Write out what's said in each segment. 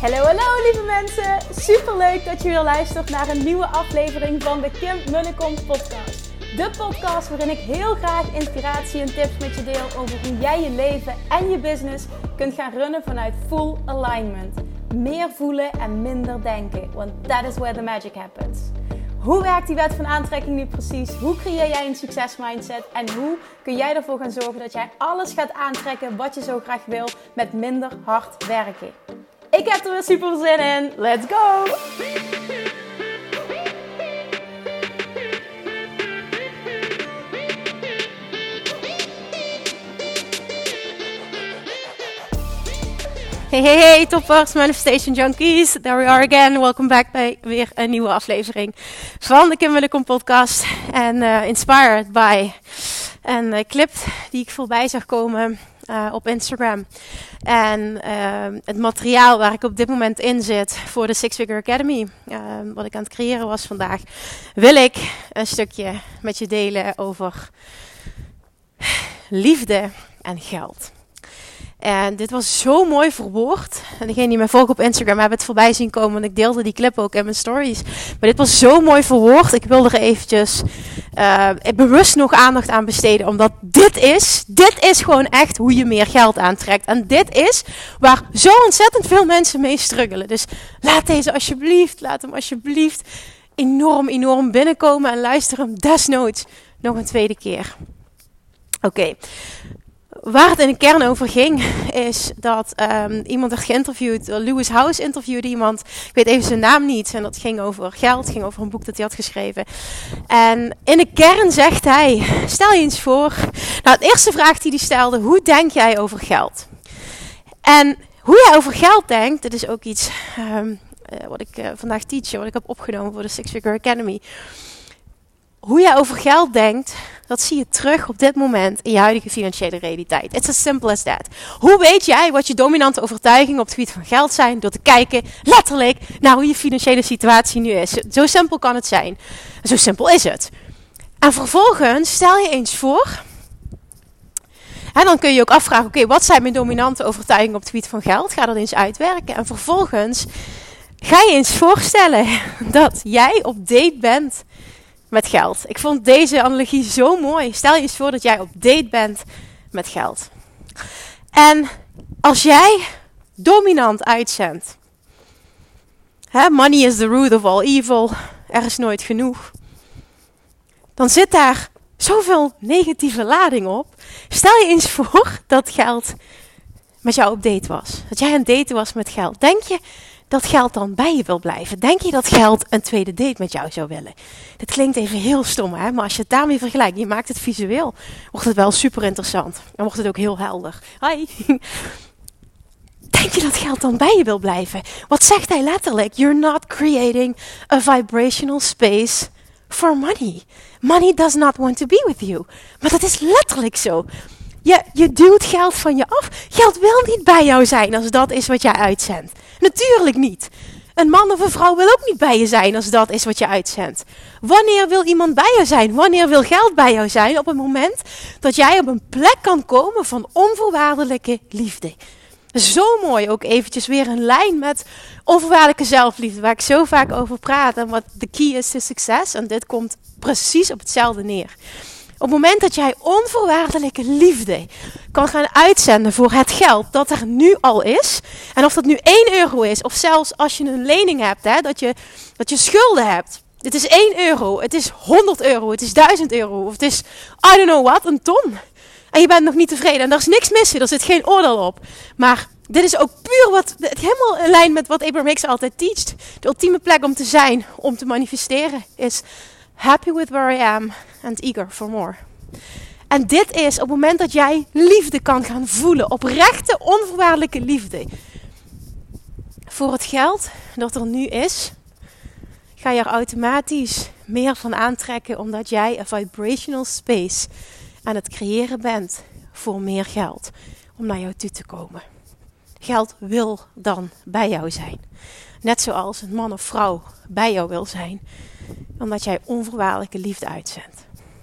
Hallo lieve mensen, superleuk dat je weer luistert naar een nieuwe aflevering van de Kim Munnekom podcast. De podcast waarin ik heel graag inspiratie en tips met je deel over hoe jij je leven en je business kunt gaan runnen vanuit full alignment. Meer voelen en minder denken, want that is where the magic happens. Hoe werkt die wet van aantrekking nu precies? Hoe creëer jij een succesmindset? En hoe kun jij ervoor gaan zorgen dat jij alles gaat aantrekken wat je zo graag wil met minder hard werken? Ik heb er weer super zin in. Let's go! Hey toppers, Manifestation Junkies. There we are again. Welcome back bij weer een nieuwe aflevering van de Kim Munnekom podcast. En inspired by een clip die ik voorbij zag komen op Instagram. En het materiaal waar ik op dit moment in zit voor de Six Figure Academy, wat ik aan het creëren was vandaag, wil ik een stukje met je delen over liefde en geld. En dit was zo mooi verwoord. En degene die mij volgen op Instagram hebben het voorbij zien komen. Want ik deelde die clip ook in mijn stories. Maar dit was zo mooi verwoord. Ik wil er eventjes bewust nog aandacht aan besteden. Omdat dit is gewoon echt hoe je meer geld aantrekt. En dit is waar zo ontzettend veel mensen mee struggelen. Dus laat hem alsjeblieft enorm binnenkomen. En luister hem desnoods nog een tweede keer. Oké. Waar het in de kern over ging, is dat iemand werd geïnterviewd. Lewis Howes interviewde iemand, ik weet even zijn naam niet. En dat ging over geld, het ging over een boek dat hij had geschreven. En in de kern zegt hij, stel je eens voor. Nou, de eerste vraag die hij stelde, hoe denk jij over geld? En hoe jij over geld denkt, dat is ook iets wat ik vandaag teach, wat ik heb opgenomen voor de Six Figure Academy. Hoe jij over geld denkt, dat zie je terug op dit moment in je huidige financiële realiteit. It's as simple as that. Hoe weet jij wat je dominante overtuigingen op het gebied van geld zijn? Door te kijken, letterlijk, naar hoe je financiële situatie nu is. Zo simpel kan het zijn. Zo simpel is het. En vervolgens stel je eens voor. En dan kun je ook afvragen, oké, wat zijn mijn dominante overtuigingen op het gebied van geld? Ga dat eens uitwerken. En vervolgens ga je eens voorstellen dat jij op date bent met geld. Ik vond deze analogie zo mooi. Stel je eens voor dat jij op date bent met geld. En als jij dominant uitzendt. Money is the root of all evil. Er is nooit genoeg. Dan zit daar zoveel negatieve lading op. Stel je eens voor dat geld met jou op date was. Dat jij aan het daten was met geld. Denk je dat geld dan bij je wil blijven? Denk je dat geld een tweede date met jou zou willen? Dit klinkt even heel stom, hè? Maar als je het daarmee vergelijkt, je maakt het visueel, wordt het wel super interessant. Dan wordt het ook heel helder. Hi! Denk je dat geld dan bij je wil blijven? Wat zegt hij letterlijk? You're not creating a vibrational space for money. Money does not want to be with you. Maar dat is letterlijk zo. Je duwt geld van je af. Geld wil niet bij jou zijn als dat is wat jij uitzendt. Natuurlijk niet. Een man of een vrouw wil ook niet bij je zijn als dat is wat je uitzendt. Wanneer wil iemand bij jou zijn? Wanneer wil geld bij jou zijn? Op het moment dat jij op een plek kan komen van onvoorwaardelijke liefde. Zo mooi, ook eventjes weer een lijn met onvoorwaardelijke zelfliefde, waar ik zo vaak over praat en wat de key is to success. En dit komt precies op hetzelfde neer. Op het moment dat jij onvoorwaardelijke liefde kan gaan uitzenden voor het geld dat er nu al is. En of dat nu 1 euro is, of zelfs als je een lening hebt, dat je schulden hebt. Het is 1 euro, het is 100 euro, het is 1000 euro, of het is, I don't know what, een ton. En je bent nog niet tevreden en daar is niks mis in, er zit geen oordeel op. Maar dit is ook puur helemaal in lijn met wat Abraham Hicks altijd teacht. De ultieme plek om te zijn, om te manifesteren, is happy with where I am and eager for more. En dit is op het moment dat jij liefde kan gaan voelen, oprechte, onvoorwaardelijke liefde voor het geld dat er nu is, ga je er automatisch meer van aantrekken, omdat jij een vibrational space aan het creëren bent voor meer geld om naar jou toe te komen. Geld wil dan bij jou zijn. Net zoals een man of vrouw bij jou wil zijn, omdat jij onvoorwaardelijke liefde uitzendt.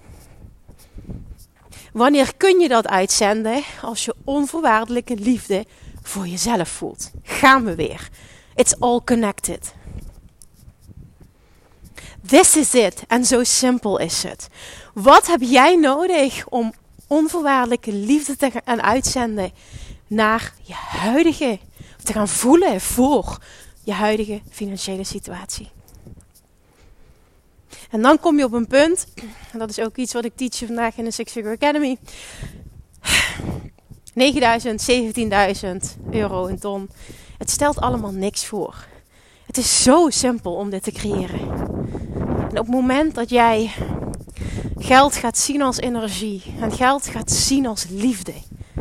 Wanneer kun je dat uitzenden? Als je onvoorwaardelijke liefde voor jezelf voelt. Gaan we weer. It's all connected. This is it. En zo simpel is het. Wat heb jij nodig om onvoorwaardelijke liefde te gaan uitzenden naar je huidige, te gaan voelen voor je huidige financiële situatie? En dan kom je op een punt, en dat is ook iets wat ik teach vandaag in de Six Figure Academy. 9.000, 17.000 euro een ton. Het stelt allemaal niks voor. Het is zo simpel om dit te creëren. En op het moment dat jij geld gaat zien als energie en geld gaat zien als liefde,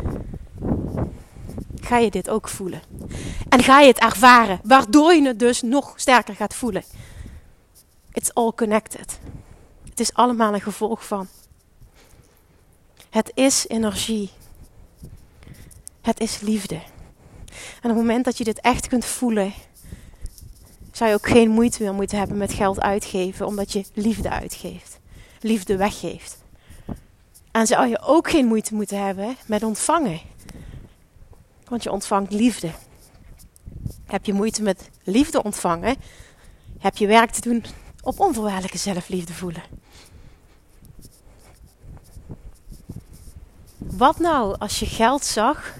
ga je dit ook voelen. En ga je het ervaren, waardoor je het dus nog sterker gaat voelen. It's all connected. Het is allemaal een gevolg van. Het is energie. Het is liefde. En op het moment dat je dit echt kunt voelen, zou je ook geen moeite meer moeten hebben met geld uitgeven, omdat je liefde uitgeeft. Liefde weggeeft. En zou je ook geen moeite moeten hebben met ontvangen. Want je ontvangt liefde. Heb je moeite met liefde ontvangen, heb je werk te doen op onvoorwaardelijke zelfliefde voelen. Wat nou als je geld zag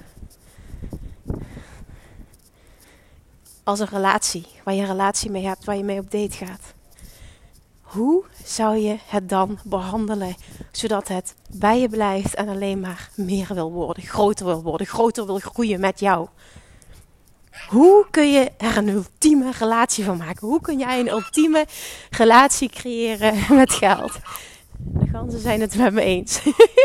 als een relatie, waar je een relatie mee hebt, waar je mee op date gaat? Hoe zou je het dan behandelen, zodat het bij je blijft en alleen maar meer wil worden, groter wil groeien met jou? Hoe kun je er een ultieme relatie van maken? Hoe kun jij een ultieme relatie creëren met geld? De ganzen zijn het met me eens.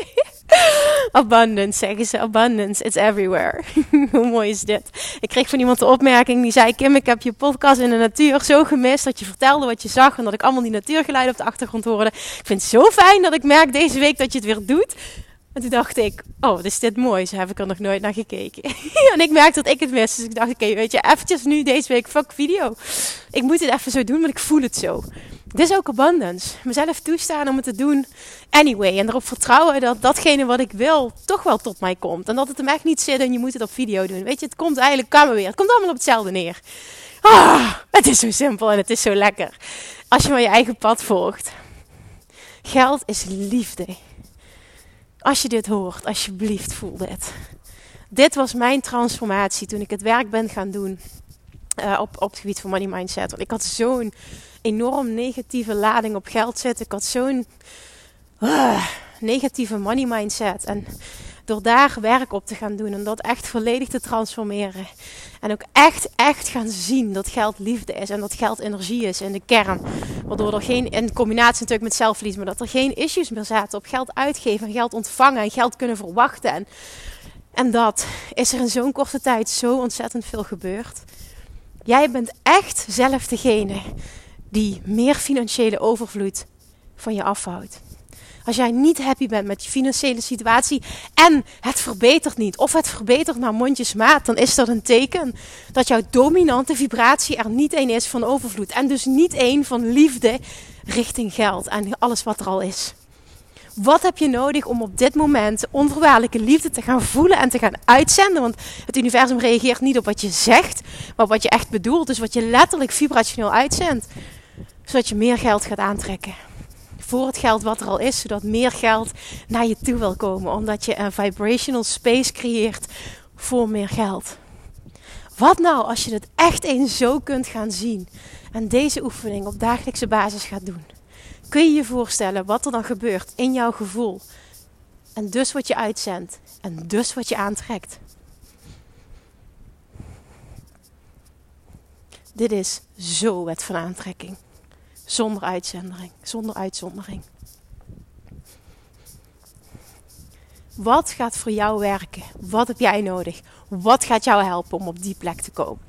Abundance, zeggen ze. Abundance, it's everywhere. Hoe mooi is dit? Ik kreeg van iemand de opmerking, die zei: Kim, ik heb je podcast in de natuur zo gemist, dat je vertelde wat je zag en dat ik allemaal die natuurgeluiden op de achtergrond hoorde. Ik vind het zo fijn dat ik merk deze week dat je het weer doet. En toen dacht ik, oh, wat is dit mooi. Zo heb ik er nog nooit naar gekeken. En ik merkte dat ik het mis. Dus ik dacht, oké, weet je, eventjes nu deze week, fuck video. Ik moet het even zo doen, want ik voel het zo. Dit is ook abundance. Mezelf toestaan om het te doen anyway. En erop vertrouwen dat datgene wat ik wil toch wel tot mij komt. En dat het hem echt niet zit en je moet het op video doen. Weet je, het komt eigenlijk, kan maar weer. Het komt allemaal op hetzelfde neer. Het is zo simpel en het is zo lekker. Als je maar je eigen pad volgt. Geld is liefde. Als je dit hoort, alsjeblieft voel dit. Dit was mijn transformatie toen ik het werk ben gaan doen op het gebied van money mindset. Want ik had zo'n enorm negatieve lading op geld zitten. Ik had zo'n negatieve money mindset. En door daar werk op te gaan doen en dat echt volledig te transformeren. En ook echt gaan zien dat geld liefde is en dat geld energie is in de kern. Waardoor er geen, in combinatie natuurlijk met zelfverlies, maar dat er geen issues meer zaten op geld uitgeven en geld ontvangen en geld kunnen verwachten. En dat is er in zo'n korte tijd zo ontzettend veel gebeurd. Jij bent echt zelf degene die meer financiële overvloed van je afhoudt. Als jij niet happy bent met je financiële situatie en het verbetert niet, of het verbetert naar mondjesmaat, dan is dat een teken dat jouw dominante vibratie er niet één is van overvloed. En dus niet één van liefde richting geld en alles wat er al is. Wat heb je nodig om op dit moment onvoorwaardelijke liefde te gaan voelen en te gaan uitzenden? Want het universum reageert niet op wat je zegt, maar op wat je echt bedoelt. Dus wat je letterlijk vibrationeel uitzendt, zodat je meer geld gaat aantrekken. Voor het geld wat er al is, zodat meer geld naar je toe wil komen. Omdat je een vibrational space creëert voor meer geld. Wat nou als je het echt eens zo kunt gaan zien en deze oefening op dagelijkse basis gaat doen? Kun je je voorstellen wat er dan gebeurt in jouw gevoel? En dus wat je uitzendt. En dus wat je aantrekt. Dit is zo wet van aantrekking. Zonder uitzondering. Wat gaat voor jou werken? Wat heb jij nodig? Wat gaat jou helpen om op die plek te komen?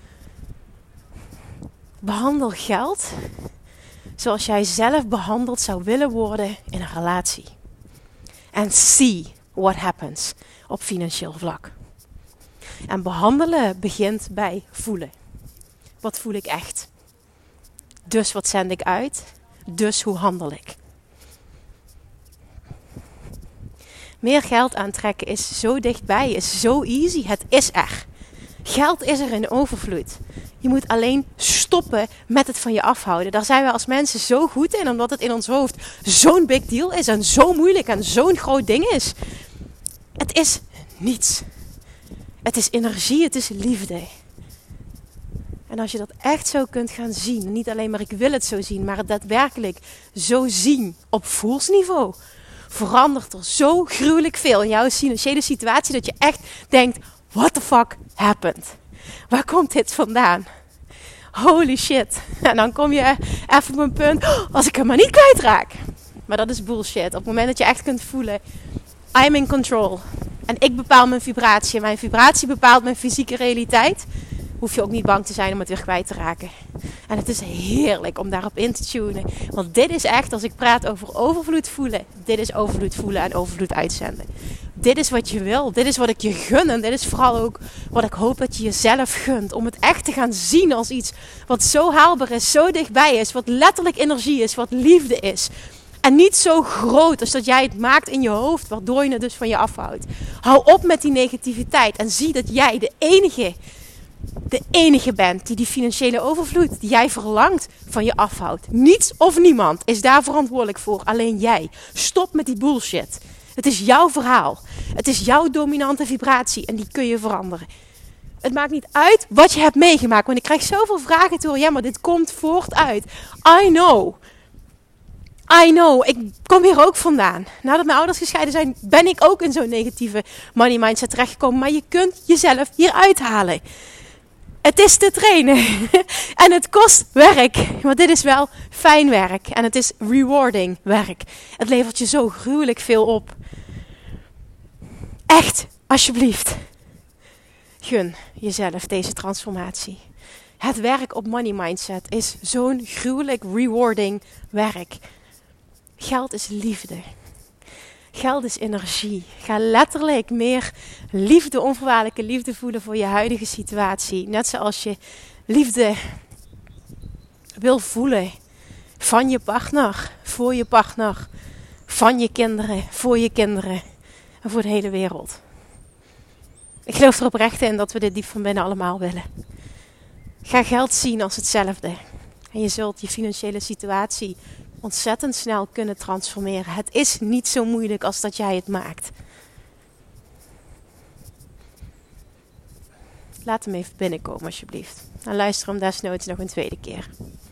Behandel geld zoals jij zelf behandeld zou willen worden in een relatie. En see what happens op financieel vlak. En behandelen begint bij voelen. Wat voel ik echt? Dus wat zend ik uit? Dus hoe handel ik? Meer geld aantrekken is zo dichtbij, is zo easy. Het is er. Geld is er in overvloed. Je moet alleen stoppen met het van je afhouden. Daar zijn we als mensen zo goed in, omdat het in ons hoofd zo'n big deal is en zo moeilijk en zo'n groot ding is. Het is niets. Het is energie, het is liefde. En als je dat echt zo kunt gaan zien, niet alleen maar ik wil het zo zien, maar het daadwerkelijk zo zien op voelsniveau, verandert er zo gruwelijk veel in jouw financiële situatie dat je echt denkt, what the fuck happened? Waar komt dit vandaan? Holy shit. En dan kom je even op een punt, als ik hem maar niet kwijtraak. Maar dat is bullshit. Op het moment dat je echt kunt voelen, I'm in control. En ik bepaal mijn vibratie. En mijn vibratie bepaalt mijn fysieke realiteit. Hoef je ook niet bang te zijn om het weer kwijt te raken. En het is heerlijk om daarop in te tunen. Want dit is echt, als ik praat over overvloed voelen. Dit is overvloed voelen en overvloed uitzenden. Dit is wat je wil. Dit is wat ik je gun. En dit is vooral ook wat ik hoop dat je jezelf gunt. Om het echt te gaan zien als iets wat zo haalbaar is, zo dichtbij is. Wat letterlijk energie is, wat liefde is. En niet zo groot als dat jij het maakt in je hoofd, waardoor je het dus van je afhoudt. Hou op met die negativiteit en zie dat jij de enige bent die financiële overvloed die jij verlangt van je afhoudt. Niets of niemand is daar verantwoordelijk voor, alleen jij. Stop met die bullshit. Het is jouw verhaal. Het is jouw dominante vibratie en die kun je veranderen. Het maakt niet uit wat je hebt meegemaakt, want ik krijg zoveel vragen toe. Ja, maar dit komt voort uit. I know. Ik kom hier ook vandaan. Nadat mijn ouders gescheiden zijn, ben ik ook in zo'n negatieve money mindset terechtgekomen. Maar je kunt jezelf hier uithalen. Het is te trainen. En het kost werk. Maar dit is wel fijn werk. En het is rewarding werk. Het levert je zo gruwelijk veel op. Echt, alsjeblieft. Gun jezelf deze transformatie. Het werk op money mindset is zo'n gruwelijk rewarding werk. Geld is liefde. Geld is energie. Ga letterlijk meer liefde, onvoorwaardelijke liefde voelen voor je huidige situatie. Net zoals je liefde wil voelen van je partner, voor je partner, van je kinderen, voor je kinderen en voor de hele wereld. Ik geloof er oprecht in dat we dit diep van binnen allemaal willen. Ga geld zien als hetzelfde. En je zult je financiële situatie ontzettend snel kunnen transformeren. Het is niet zo moeilijk als dat jij het maakt. Laat hem even binnenkomen alsjeblieft. En luister hem desnoods nog een tweede keer.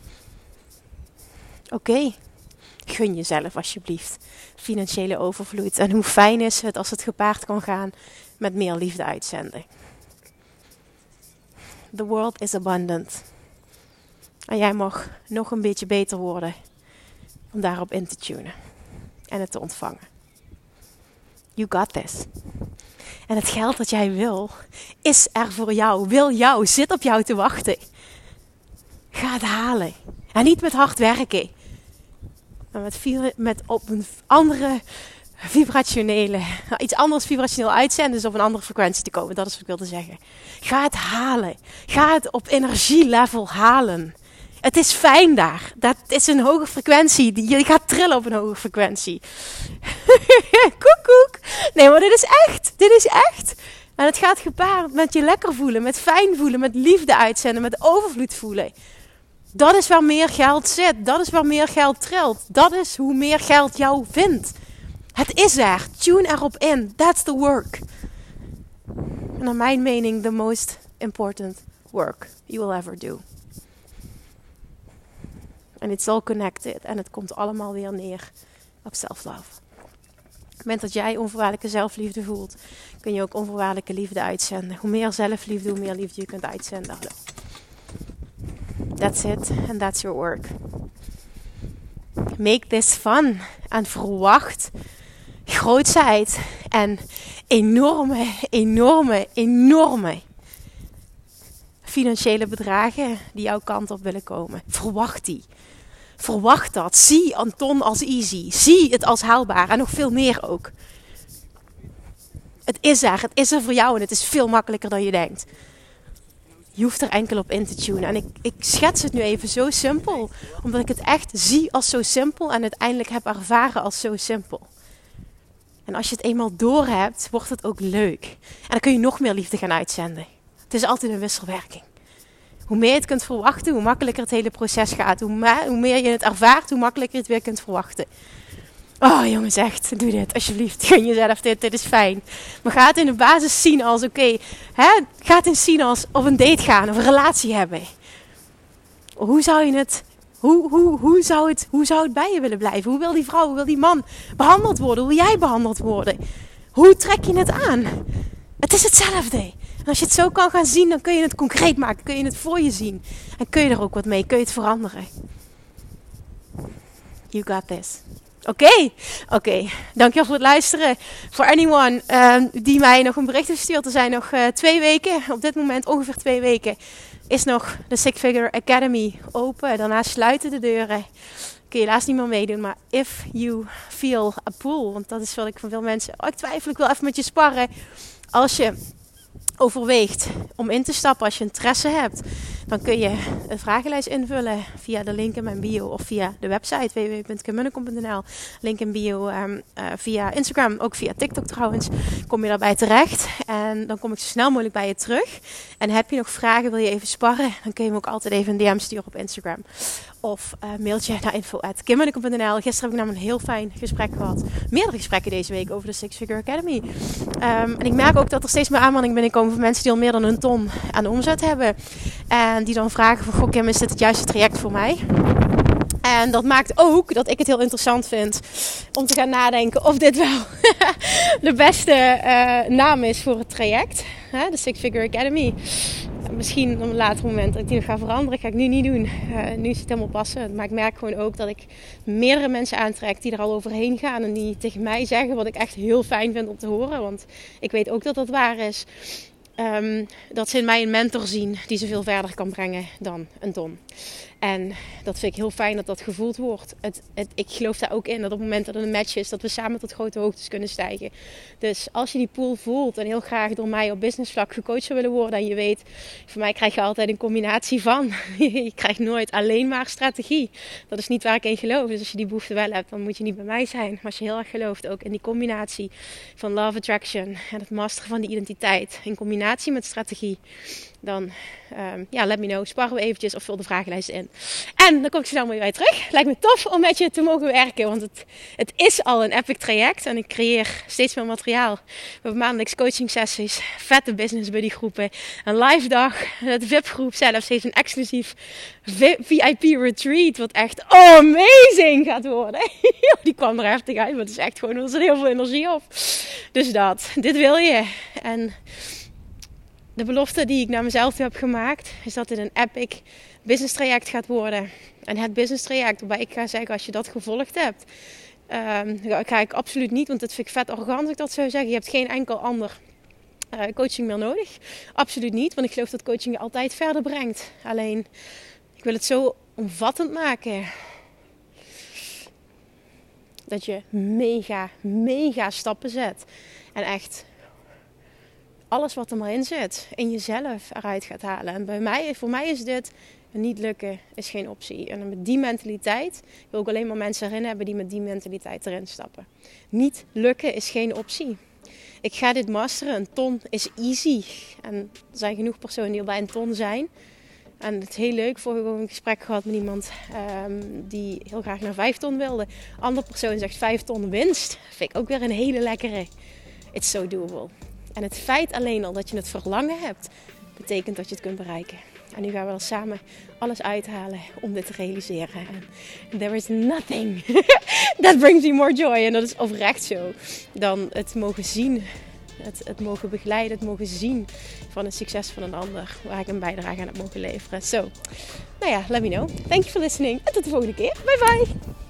Oké. Gun jezelf alsjeblieft financiële overvloed. En hoe fijn is het als het gepaard kan gaan met meer liefde uitzenden. The world is abundant. En jij mag nog een beetje beter worden om daarop in te tunen en het te ontvangen. You got this. En het geld dat jij wil, is er voor jou, wil jou, zit op jou te wachten. Ga het halen. En niet met hard werken, maar met op een andere vibrationele, iets anders vibrationeel uitzenden, dus op een andere frequentie te komen. Dat is wat ik wilde zeggen. Ga het halen. Ga het op energielevel halen. Het is fijn daar. Dat is een hoge frequentie. Je gaat trillen op een hoge frequentie. Koekoek. Nee, maar dit is echt. Dit is echt. En het gaat gepaard met je lekker voelen, met fijn voelen, met liefde uitzenden, met overvloed voelen. Dat is waar meer geld zit. Dat is waar meer geld trilt. Dat is hoe meer geld jou vindt. Het is er. Tune erop in. That's the work. En naar mijn mening the most important work you will ever do. En it's all connected. En het komt allemaal weer neer op self-love. Op het moment dat jij onvoorwaardelijke zelfliefde voelt, kun je ook onvoorwaardelijke liefde uitzenden. Hoe meer zelfliefde, hoe meer liefde je kunt uitzenden. That's it. And that's your work. Make this fun. En verwacht grootsheid en enorme financiële bedragen die jouw kant op willen komen. Verwacht die. Verwacht dat. Zie Anton als easy. Zie het als haalbaar. En nog veel meer ook. Het is er. Het is er voor jou. En het is veel makkelijker dan je denkt. Je hoeft er enkel op in te tunen. En ik schets het nu even zo simpel. Omdat ik het echt zie als zo simpel. En uiteindelijk heb ervaren als zo simpel. En als je het eenmaal door hebt, wordt het ook leuk. En dan kun je nog meer liefde gaan uitzenden. Het is altijd een wisselwerking. Hoe meer je het kunt verwachten, hoe makkelijker het hele proces gaat. Hoe meer je het ervaart, hoe makkelijker je het weer kunt verwachten. Oh jongens, echt, doe dit alsjeblieft. Gun jezelf dit is fijn. Maar ga het in de basis zien als ga het eens zien als op een date gaan of een relatie hebben. Hoe zou je het... Hoe zou het bij je willen blijven? Hoe wil die vrouw, hoe wil die man behandeld worden? Hoe wil jij behandeld worden? Hoe trek je het aan? Het is hetzelfde. En als je het zo kan gaan zien, dan kun je het concreet maken. Kun je het voor je zien. En kun je er ook wat mee. Kun je het veranderen. You got this. Oké. Dankjewel voor het luisteren. Voor anyone die mij nog een bericht heeft gestuurd. Er zijn nog 2 weken. Op dit moment ongeveer 2 weken. Is nog de Six Figure Academy open. Daarna sluiten de deuren. Kun je helaas niet meer meedoen. Maar if you feel a pull. Want dat is wat ik van veel mensen... ik twijfel, ik wil even met je sparren. Als je overweegt om in te stappen, als je interesse hebt, dan kun je een vragenlijst invullen via de link in mijn bio of via de website www.kimmunnekom.nl. Link in bio via Instagram, ook via TikTok trouwens, kom je daarbij terecht. En dan kom ik zo snel mogelijk bij je terug. En heb je nog vragen, wil je even sparren, dan kun je me ook altijd even een DM sturen op Instagram. Of mailtje naar info@kimmunnekom.nl. Gisteren heb ik namelijk een heel fijn gesprek gehad. Meerdere gesprekken deze week over de Six Figure Academy. En ik merk ook dat er steeds meer aanmeldingen binnenkomen van mensen die al meer dan een ton aan de omzet hebben. En die dan vragen van, goh Kim, is dit het juiste traject voor mij? En dat maakt ook dat ik het heel interessant vind om te gaan nadenken of dit wel de beste naam is voor het traject. De Six Figure Academy. Misschien op een later moment dat ik die nog ga veranderen. Ga ik nu niet doen. Nu is het helemaal passen. Maar ik merk gewoon ook dat ik meerdere mensen aantrek die er al overheen gaan. En die tegen mij zeggen wat ik echt heel fijn vind om te horen. Want ik weet ook dat dat waar is. Dat ze in mij een mentor zien die ze veel verder kan brengen dan een ton. En dat vind ik heel fijn dat dat gevoeld wordt. Ik geloof daar ook in dat op het moment dat het een match is, dat we samen tot grote hoogtes kunnen stijgen. Dus als je die pool voelt en heel graag door mij op businessvlak gecoacht zou willen worden. En je weet, voor mij krijg je altijd een combinatie van. Je krijgt nooit alleen maar strategie. Dat is niet waar ik in geloof. Dus als je die behoefte wel hebt, dan moet je niet bij mij zijn. Maar als je heel erg gelooft ook in die combinatie van love attraction en het masteren van die identiteit. In combinatie met strategie. Dan let me know. Sparren we eventjes of vul de vragenlijst in. En dan kom ik snel bij je terug. Lijkt me tof om met je te mogen werken. Want het is al een epic traject. En ik creëer steeds meer materiaal. We hebben maandelijks coaching sessies. Vette business buddy groepen. Een live dag. De VIP groep zelfs heeft een exclusief VIP retreat. Wat echt amazing gaat worden. Die kwam er heftig uit. Maar het is echt gewoon, er zit heel veel energie op. Dus dit wil je. En de belofte die ik naar mezelf heb gemaakt, is dat dit een epic business traject gaat worden. En het business traject, waarbij ik ga zeggen, als je dat gevolgd hebt, ga ik absoluut niet, want dat vind ik vet arrogant als ik dat zou zeggen. Je hebt geen enkel ander coaching meer nodig. Absoluut niet, want ik geloof dat coaching je altijd verder brengt. Alleen, ik wil het zo omvattend maken dat je mega stappen zet. En echt alles wat er maar in zit, in jezelf eruit gaat halen. En voor mij is dit niet lukken is geen optie. En met die mentaliteit wil ik alleen maar mensen erin hebben die met die mentaliteit erin stappen. Niet lukken is geen optie. Ik ga dit masteren. Een ton is easy. En er zijn genoeg personen die al bij een ton zijn. En het is heel leuk. Vorige week een gesprek gehad met iemand die heel graag naar 5 ton wilde. Andere persoon zegt 5 ton winst. Vind ik ook weer een hele lekkere. It's so doable. En het feit alleen al dat je het verlangen hebt, betekent dat je het kunt bereiken. En nu gaan we er samen alles uithalen om dit te realiseren. En there is nothing that brings me more joy. En dat is oprecht zo. Dan het mogen zien, het mogen begeleiden, het mogen zien van het succes van een ander. Waar ik een bijdrage aan heb mogen leveren. So, let me know. Thank you for listening. En tot de volgende keer. Bye bye.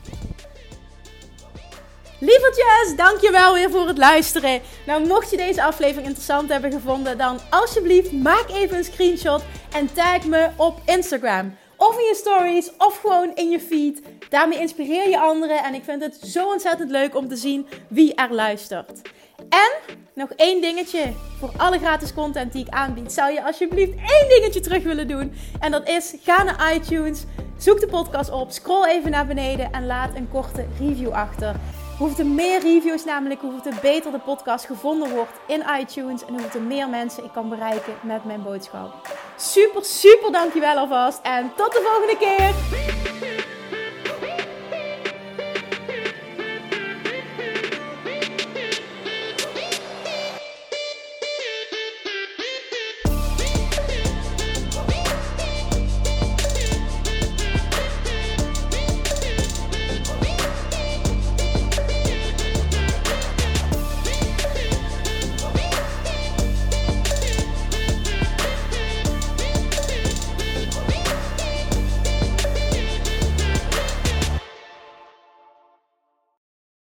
Lievertjes, dankjewel weer voor het luisteren. Nou, mocht je deze aflevering interessant hebben gevonden, dan alsjeblieft maak even een screenshot en tag me op Instagram. Of in je stories, of gewoon in je feed. Daarmee inspireer je anderen en ik vind het zo ontzettend leuk om te zien wie er luistert. En nog 1 dingetje voor alle gratis content die ik aanbied. Zou je alsjeblieft 1 dingetje terug willen doen? En dat is, ga naar iTunes, zoek de podcast op, scroll even naar beneden en laat een korte review achter. Hoeveel meer reviews namelijk, hoeveel beter de podcast gevonden wordt in iTunes. En hoeveel meer mensen ik kan bereiken met mijn boodschap. Super, super dankjewel alvast. En tot de volgende keer.